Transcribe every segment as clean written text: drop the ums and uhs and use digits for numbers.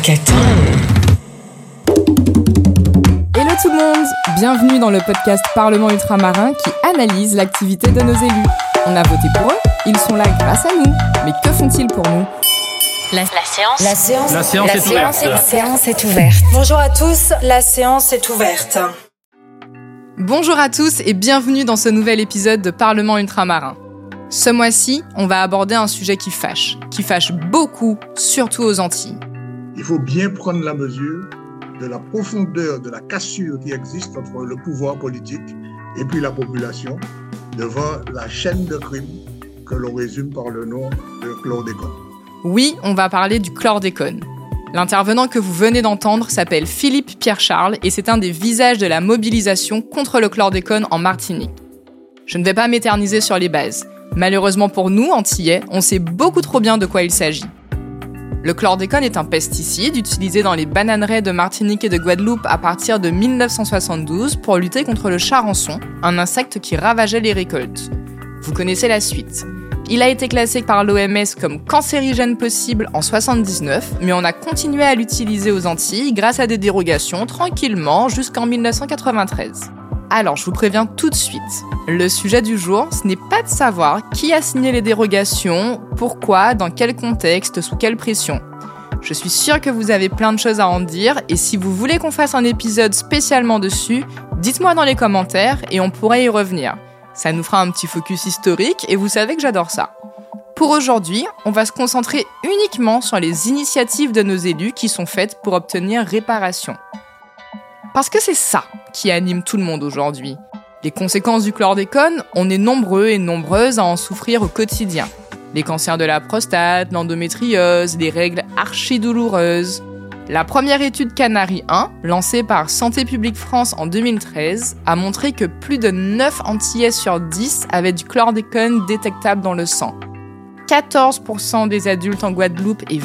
enquête. Hello tout le monde, bienvenue dans le podcast Parlement Ultramarin qui analyse l'activité de nos élus. On a voté pour eux, ils sont là grâce à nous. Mais que font-ils pour nous ? La séance est ouverte. Bonjour à tous, la séance est ouverte. Bonjour à tous et bienvenue dans ce nouvel épisode de Parlement Ultramarin. Ce mois-ci, on va aborder un sujet qui fâche beaucoup, surtout aux Antilles. Il faut bien prendre la mesure de la profondeur de la cassure qui existe entre le pouvoir politique et puis la population devant la chaîne de crimes que l'on résume par le nom de chlordécone. Oui, on va parler du chlordécone. L'intervenant que vous venez d'entendre s'appelle Philippe Pierre-Charles et c'est un des visages de la mobilisation contre le chlordécone en Martinique. Je ne vais pas m'éterniser sur les bases. Malheureusement pour nous, Antillais, on sait beaucoup trop bien de quoi il s'agit. Le chlordécone est un pesticide utilisé dans les bananeraies de Martinique et de Guadeloupe à partir de 1972 pour lutter contre le charançon, un insecte qui ravageait les récoltes. Vous connaissez la suite. Il a été classé par l'OMS comme cancérigène possible en 1979, mais on a continué à l'utiliser aux Antilles grâce à des dérogations tranquillement jusqu'en 1993. Alors, je vous préviens tout de suite, le sujet du jour, ce n'est pas de savoir qui a signé les dérogations, pourquoi, dans quel contexte, sous quelle pression. Je suis sûre que vous avez plein de choses à en dire, et si vous voulez qu'on fasse un épisode spécialement dessus, dites-moi dans les commentaires et on pourrait y revenir. Ça nous fera un petit focus historique et vous savez que j'adore ça. Pour aujourd'hui, on va se concentrer uniquement sur les initiatives de nos élus qui sont faites pour obtenir réparation. Parce que c'est ça qui anime tout le monde aujourd'hui. Les conséquences du chlordécone, on est nombreux et nombreuses à en souffrir au quotidien. Les cancers de la prostate, l'endométriose, les règles archi-douloureuses. La première étude Canari 1, lancée par Santé publique France en 2013, a montré que plus de 9 Antillais sur 10 avaient du chlordécone détectable dans le sang. 14% des adultes en Guadeloupe et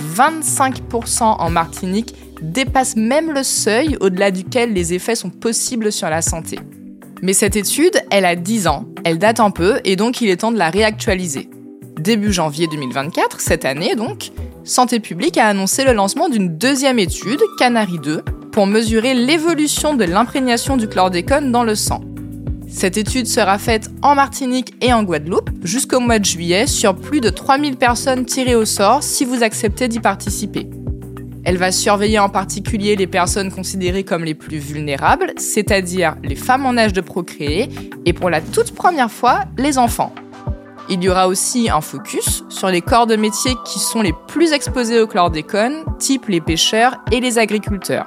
25% en Martinique dépassent même le seuil au-delà duquel les effets sont possibles sur la santé. Mais cette étude, elle a 10 ans, elle date un peu et donc il est temps de la réactualiser. Début janvier 2024, cette année donc, Santé publique a annoncé le lancement d'une deuxième étude, Canari 2, pour mesurer l'évolution de l'imprégnation du chlordécone dans le sang. Cette étude sera faite en Martinique et en Guadeloupe jusqu'au mois de juillet sur plus de 3000 personnes tirées au sort si vous acceptez d'y participer. Elle va surveiller en particulier les personnes considérées comme les plus vulnérables, c'est-à-dire les femmes en âge de procréer et pour la toute première fois, les enfants. Il y aura aussi un focus sur les corps de métier qui sont les plus exposés au chlordécone, type les pêcheurs et les agriculteurs.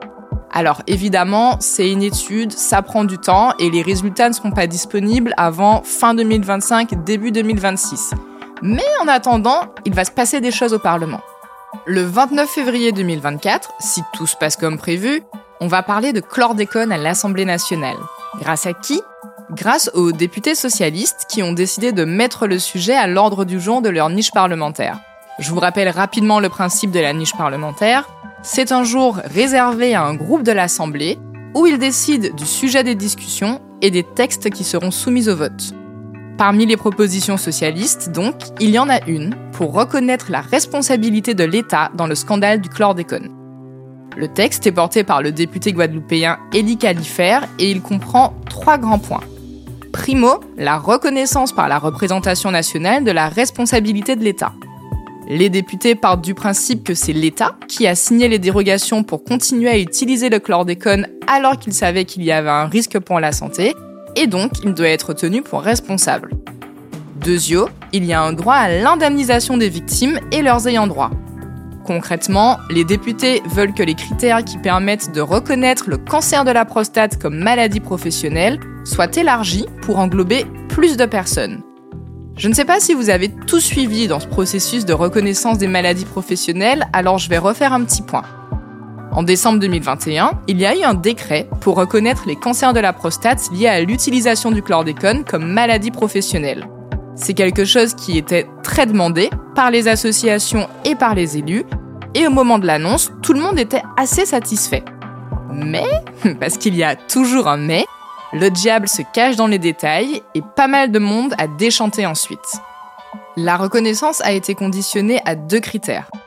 Alors évidemment, c'est une étude, ça prend du temps et les résultats ne seront pas disponibles avant fin 2025, début 2026. Mais en attendant, il va se passer des choses au Parlement. Le 29 février 2024, si tout se passe comme prévu, on va parler de chlordécone à l'Assemblée nationale. Grâce à qui ? Grâce aux députés socialistes qui ont décidé de mettre le sujet à l'ordre du jour de leur niche parlementaire. Je vous rappelle rapidement le principe de la niche parlementaire. C'est un jour réservé à un groupe de l'Assemblée où ils décident du sujet des discussions et des textes qui seront soumis au vote. Parmi les propositions socialistes, donc, il y en a une pour reconnaître la responsabilité de l'État dans le scandale du chlordécone. Le texte est porté par le député guadeloupéen Élie Califère et il comprend 3 grands points. Primo, la reconnaissance par la représentation nationale de la responsabilité de l'État. Les députés partent du principe que c'est l'État qui a signé les dérogations pour continuer à utiliser le chlordécone alors qu'il savait qu'il y avait un risque pour la santé, et donc il doit être tenu pour responsable. Deuxio, il y a un droit à l'indemnisation des victimes et leurs ayants droit. Concrètement, les députés veulent que les critères qui permettent de reconnaître le cancer de la prostate comme maladie professionnelle soient élargis pour englober plus de personnes. Je ne sais pas si vous avez tout suivi dans ce processus de reconnaissance des maladies professionnelles, alors je vais refaire un petit point. En décembre 2021, il y a eu un décret pour reconnaître les cancers de la prostate liés à l'utilisation du chlordécone comme maladie professionnelle. C'est quelque chose qui était très demandé par les associations et par les élus, et au moment de l'annonce, tout le monde était assez satisfait. Mais, parce qu'il y a toujours un mais, le diable se cache dans les détails et pas mal de monde a déchanté ensuite. La reconnaissance a été conditionnée à 2 critères.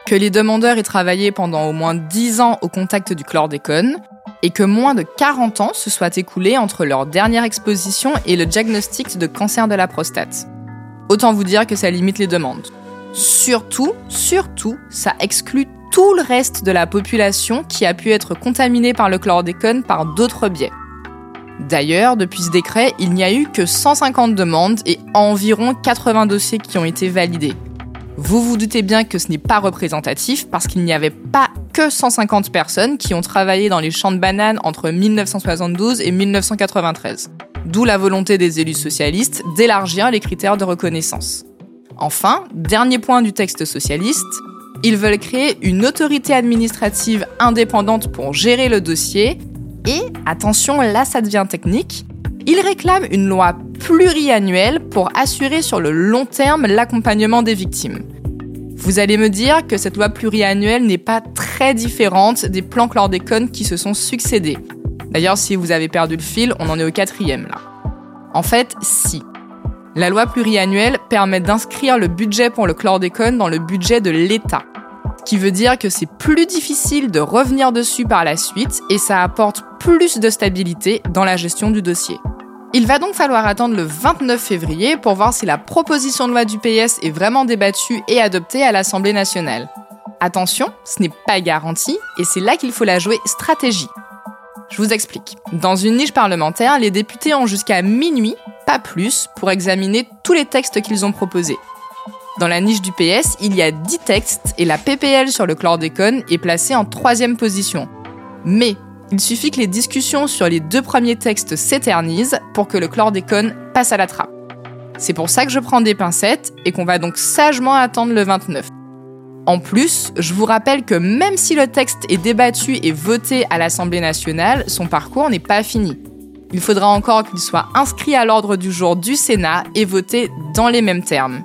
que les demandeurs aient travaillé pendant au moins 10 ans au contact du chlordécone et que moins de 40 ans se soient écoulés entre leur dernière exposition et le diagnostic de cancer de la prostate. Autant vous dire que ça limite les demandes. Surtout, ça exclut tout le reste de la population qui a pu être contaminée par le chlordécone par d'autres biais. D'ailleurs, depuis ce décret, il n'y a eu que 150 demandes et environ 80 dossiers qui ont été validés. Vous vous doutez bien que ce n'est pas représentatif parce qu'il n'y avait pas que 150 personnes qui ont travaillé dans les champs de bananes entre 1972 et 1993. D'où la volonté des élus socialistes d'élargir les critères de reconnaissance. Enfin, dernier point du texte socialiste, ils veulent créer une autorité administrative indépendante pour gérer le dossier et, attention, là ça devient technique, ils réclament une loi pluriannuelle pour assurer sur le long terme l'accompagnement des victimes. Vous allez me dire que cette loi pluriannuelle n'est pas très différente des plans chlordécone qui se sont succédés. D'ailleurs, si vous avez perdu le fil, on en est au 4e là. En fait, si. La loi pluriannuelle permet d'inscrire le budget pour le chlordécone dans le budget de l'État. Ce qui veut dire que c'est plus difficile de revenir dessus par la suite et ça apporte plus de stabilité dans la gestion du dossier. Il va donc falloir attendre le 29 février pour voir si la proposition de loi du PS est vraiment débattue et adoptée à l'Assemblée nationale. Attention, ce n'est pas garanti et c'est là qu'il faut la jouer stratégie. Je vous explique. Dans une niche parlementaire, les députés ont jusqu'à minuit, pas plus, pour examiner tous les textes qu'ils ont proposés. Dans la niche du PS, il y a 10 textes et la PPL sur le chlordécone est placée en 3e position. Mais il suffit que les discussions sur les 2 premiers textes s'éternisent pour que le chlordécone passe à la trappe. C'est pour ça que je prends des pincettes et qu'on va donc sagement attendre le 29. En plus, je vous rappelle que même si le texte est débattu et voté à l'Assemblée nationale, son parcours n'est pas fini. Il faudra encore qu'il soit inscrit à l'ordre du jour du Sénat et voté dans les mêmes termes.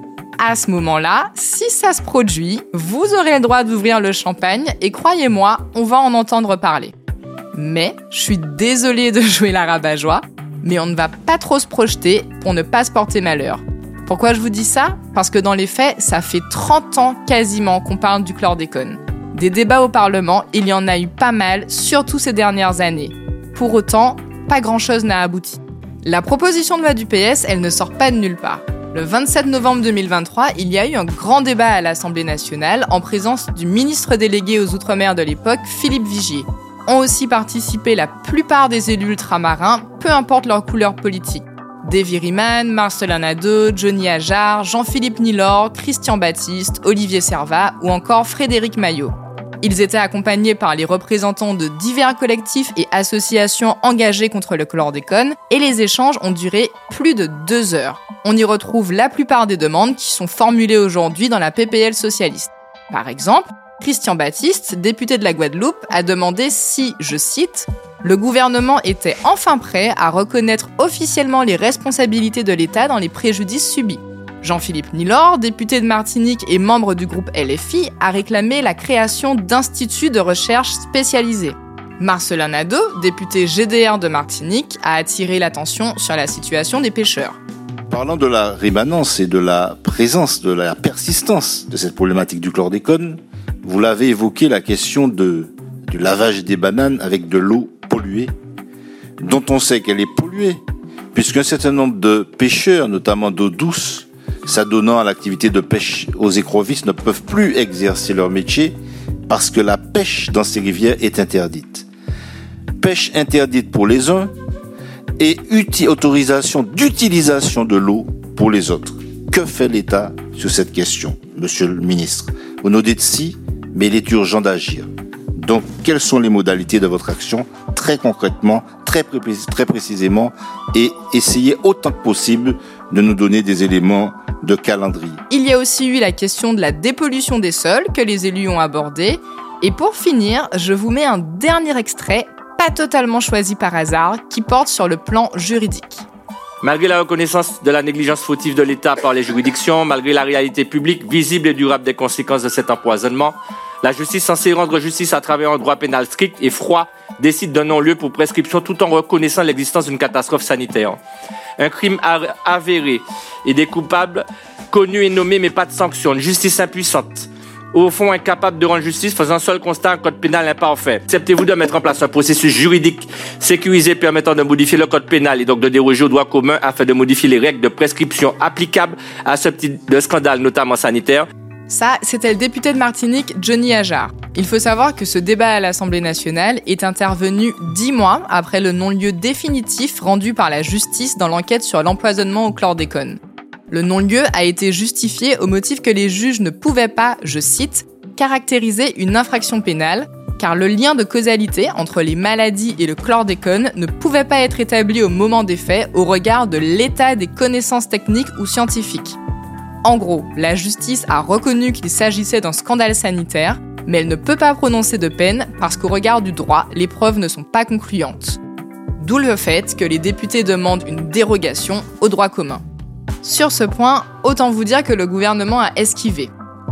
À ce moment-là, si ça se produit, vous aurez le droit d'ouvrir le champagne et croyez-moi, on va en entendre parler. Mais, je suis désolée de jouer la rabat-joie, mais on ne va pas trop se projeter pour ne pas se porter malheur. Pourquoi je vous dis ça ? Parce que dans les faits, ça fait 30 ans quasiment qu'on parle du chlordécone. Des débats au Parlement, il y en a eu pas mal, surtout ces dernières années. Pour autant, pas grand-chose n'a abouti. La proposition de loi du PS, elle ne sort pas de nulle part. Le 27 novembre 2023, il y a eu un grand débat à l'Assemblée nationale en présence du ministre délégué aux Outre-mer de l'époque, Philippe Vigier. Ont aussi participé la plupart des élus ultramarins, peu importe leur couleur politique. Davy Riemann, Marcelin Nadeau, Johnny Ajar, Jean-Philippe Nilor, Christian Baptiste, Olivier Servat ou encore Frédéric Maillot. Ils étaient accompagnés par les représentants de divers collectifs et associations engagés contre le chlordécone et les échanges ont duré plus de 2 heures. On y retrouve la plupart des demandes qui sont formulées aujourd'hui dans la PPL socialiste. Par exemple, Christian Baptiste, député de la Guadeloupe, a demandé si, je cite, « le gouvernement était enfin prêt à reconnaître officiellement les responsabilités de l'État dans les préjudices subis ». Jean-Philippe Nilor, député de Martinique et membre du groupe LFI, a réclamé la création d'instituts de recherche spécialisés. Marcelin Nadeau, député GDR de Martinique, a attiré l'attention sur la situation des pêcheurs. Parlant de la rémanence et de la présence, de la persistance de cette problématique du chlordécone, vous l'avez évoqué, la question du lavage des bananes avec de l'eau polluée, dont on sait qu'elle est polluée, puisqu'un certain nombre de pêcheurs, notamment d'eau douce, s'adonnant à l'activité de pêche aux écrevisses, ne peuvent plus exercer leur métier parce que la pêche dans ces rivières est interdite. Pêche interdite pour les uns et autorisation d'utilisation de l'eau pour les autres. Que fait l'État sur cette question, monsieur le ministre ? Vous nous dites si, mais il est urgent d'agir. Donc, quelles sont les modalités de votre action, très concrètement, très précisément, et essayez autant que possible de nous donner des éléments de calendrier. Il y a aussi eu la question de la dépollution des sols que les élus ont abordée. Et pour finir, je vous mets un dernier extrait, pas totalement choisi par hasard, qui porte sur le plan juridique. Malgré la reconnaissance de la négligence fautive de l'État par les juridictions, malgré la réalité publique, visible et durable des conséquences de cet empoisonnement, la justice censée rendre justice à travers un droit pénal strict et froid décide d'un non-lieu pour prescription tout en reconnaissant l'existence d'une catastrophe sanitaire. Un crime avéré et des coupables connus et nommés mais pas de sanction, une justice impuissante ou au fond incapable de rendre justice, faisant seul constat un code pénal imparfait? Acceptez-vous de mettre en place un processus juridique sécurisé permettant de modifier le code pénal et donc de déroger au droit commun afin de modifier les règles de prescription applicables à ce type de scandale, notamment sanitaire? Ça, c'était le député de Martinique, Johnny Ajar. Il faut savoir que ce débat à l'Assemblée nationale est intervenu 10 mois après le non-lieu définitif rendu par la justice dans l'enquête sur l'empoisonnement au chlordécone. Le non-lieu a été justifié au motif que les juges ne pouvaient pas, je cite, « caractériser une infraction pénale » car le lien de causalité entre les maladies et le chlordécone ne pouvait pas être établi au moment des faits au regard de l'état des connaissances techniques ou scientifiques. En gros, la justice a reconnu qu'il s'agissait d'un scandale sanitaire, mais elle ne peut pas prononcer de peine parce qu'au regard du droit, les preuves ne sont pas concluantes. D'où le fait que les députés demandent une dérogation au droit commun. Sur ce point, autant vous dire que le gouvernement a esquivé.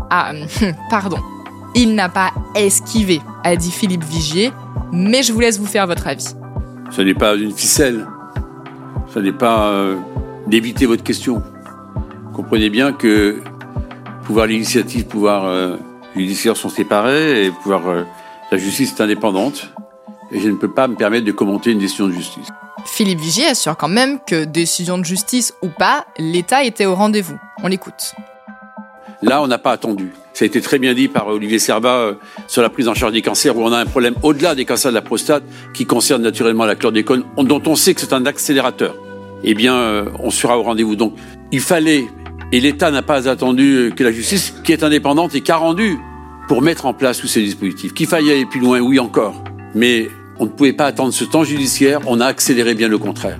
Pardon. Il n'a pas esquivé, a dit Philippe Vigier, mais je vous laisse vous faire votre avis. Ce n'est pas une ficelle. Ce n'est pas d'éviter votre question. Comprenez bien que pouvoir législatif, pouvoir judiciaire sont séparés et la justice est indépendante. Et je ne peux pas me permettre de commenter une décision de justice. Philippe Vigier assure quand même que, décision de justice ou pas, l'État était au rendez-vous. On l'écoute. Là, on n'a pas attendu. Ça a été très bien dit par Olivier Servat sur la prise en charge des cancers, où on a un problème au-delà des cancers de la prostate qui concerne naturellement la chlordécone, dont on sait que c'est un accélérateur. Eh bien, on sera au rendez-vous. Donc, il fallait, et l'État n'a pas attendu que la justice, qui est indépendante et qui a rendu pour mettre en place tous ces dispositifs. Qu'il faille aller plus loin, oui encore. Mais on ne pouvait pas attendre ce temps judiciaire, on a accéléré bien le contraire.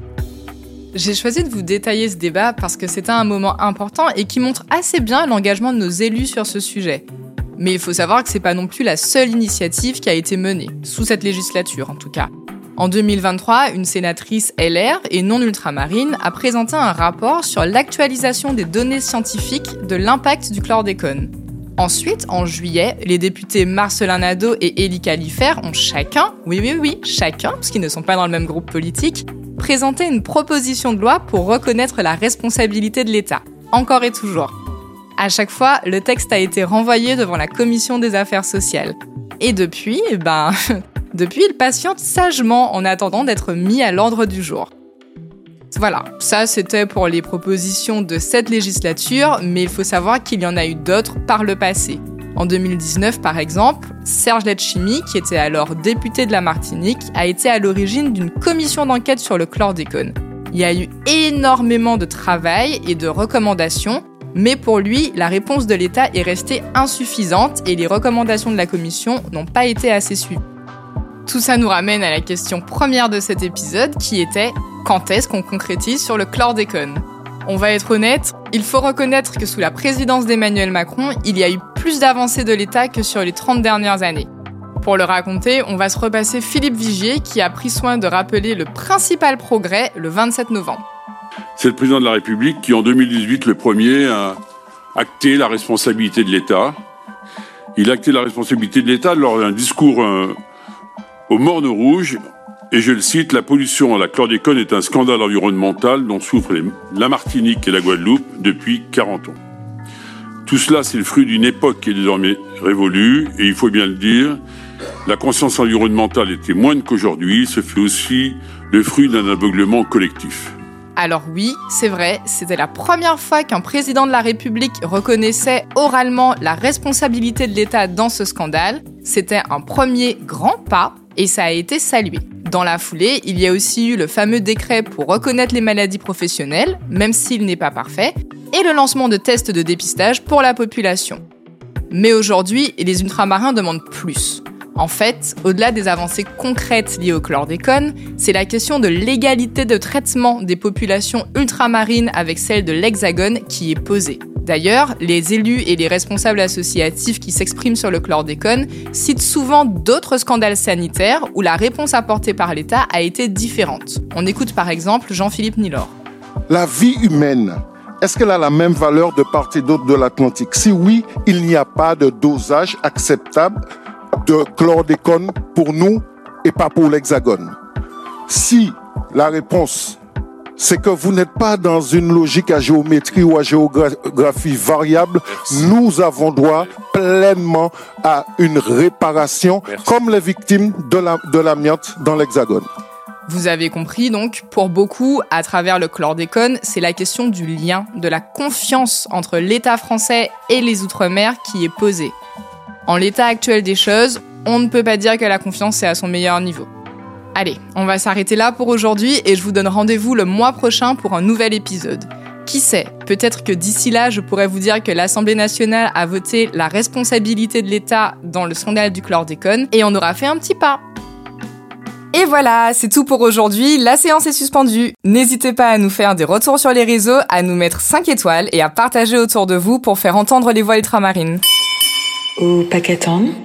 J'ai choisi de vous détailler ce débat parce que c'était un moment important et qui montre assez bien l'engagement de nos élus sur ce sujet. Mais il faut savoir que c'est pas non plus la seule initiative qui a été menée, sous cette législature en tout cas. En 2023, une sénatrice LR et non ultramarine a présenté un rapport sur l'actualisation des données scientifiques de l'impact du chlordécone. Ensuite, en juillet, les députés Marcelin Nadeau et Élie Califert ont chacun, parce qu'ils ne sont pas dans le même groupe politique, présenté une proposition de loi pour reconnaître la responsabilité de l'État, encore et toujours. À chaque fois, le texte a été renvoyé devant la Commission des affaires sociales. Et depuis, il patiente sagement en attendant d'être mis à l'ordre du jour. Voilà, ça c'était pour les propositions de cette législature, mais il faut savoir qu'il y en a eu d'autres par le passé. En 2019, par exemple, Serge Letchimy, qui était alors député de la Martinique, a été à l'origine d'une commission d'enquête sur le chlordécone. Il y a eu énormément de travail et de recommandations, mais pour lui, la réponse de l'État est restée insuffisante et les recommandations de la commission n'ont pas été assez suivies. Tout ça nous ramène à la question première de cet épisode qui était « Quand est-ce qu'on concrétise sur le chlordécone ?» On va être honnête, il faut reconnaître que sous la présidence d'Emmanuel Macron, il y a eu plus d'avancées de l'État que sur les 30 dernières années. Pour le raconter, on va se repasser Philippe Vigier qui a pris soin de rappeler le principal progrès le 27 novembre. C'est le président de la République qui, en 2018, le premier, a acté la responsabilité de l'État. Il a acté la responsabilité de l'État lors d'un discours au Morne Rouge, et je le cite, « La pollution à la chlordécone est un scandale environnemental dont souffrent la Martinique et la Guadeloupe depuis 40 ans. » Tout cela, c'est le fruit d'une époque qui est désormais révolue, et il faut bien le dire, la conscience environnementale était moindre qu'aujourd'hui, ce fut aussi le fruit d'un aveuglement collectif. Alors oui, c'est vrai, c'était la première fois qu'un président de la République reconnaissait oralement la responsabilité de l'État dans ce scandale. C'était un premier grand pas et ça a été salué. Dans la foulée, il y a aussi eu le fameux décret pour reconnaître les maladies professionnelles, même s'il n'est pas parfait, et le lancement de tests de dépistage pour la population. Mais aujourd'hui, les ultramarins demandent plus. En fait, au-delà des avancées concrètes liées au chlordécone, c'est la question de l'égalité de traitement des populations ultramarines avec celles de l'Hexagone qui est posée. D'ailleurs, les élus et les responsables associatifs qui s'expriment sur le chlordécone citent souvent d'autres scandales sanitaires où la réponse apportée par l'État a été différente. On écoute par exemple Jean-Philippe Nilor. La vie humaine, est-ce qu'elle a la même valeur de part et d'autre de l'Atlantique ? Si oui, il n'y a pas de dosage acceptable de chlordécone pour nous et pas pour l'Hexagone. Si la réponse c'est que vous n'êtes pas dans une logique à géométrie ou à géographie variable. Merci. Nous avons droit pleinement à une réparation, comme les victimes de l'amiante dans l'Hexagone. Vous avez compris, donc, pour beaucoup, à travers le chlordécone, c'est la question du lien, de la confiance entre l'État français et les Outre-mer qui est posée. En l'état actuel des choses, on ne peut pas dire que la confiance est à son meilleur niveau. Allez, on va s'arrêter là pour aujourd'hui et je vous donne rendez-vous le mois prochain pour un nouvel épisode. Qui sait, peut-être que d'ici là, je pourrais vous dire que l'Assemblée nationale a voté la responsabilité de l'État dans le scandale du chlordécone et on aura fait un petit pas. Et voilà, c'est tout pour aujourd'hui, la séance est suspendue. N'hésitez pas à nous faire des retours sur les réseaux, à nous mettre 5 étoiles et à partager autour de vous pour faire entendre les voix ultramarines. Au Pacaton.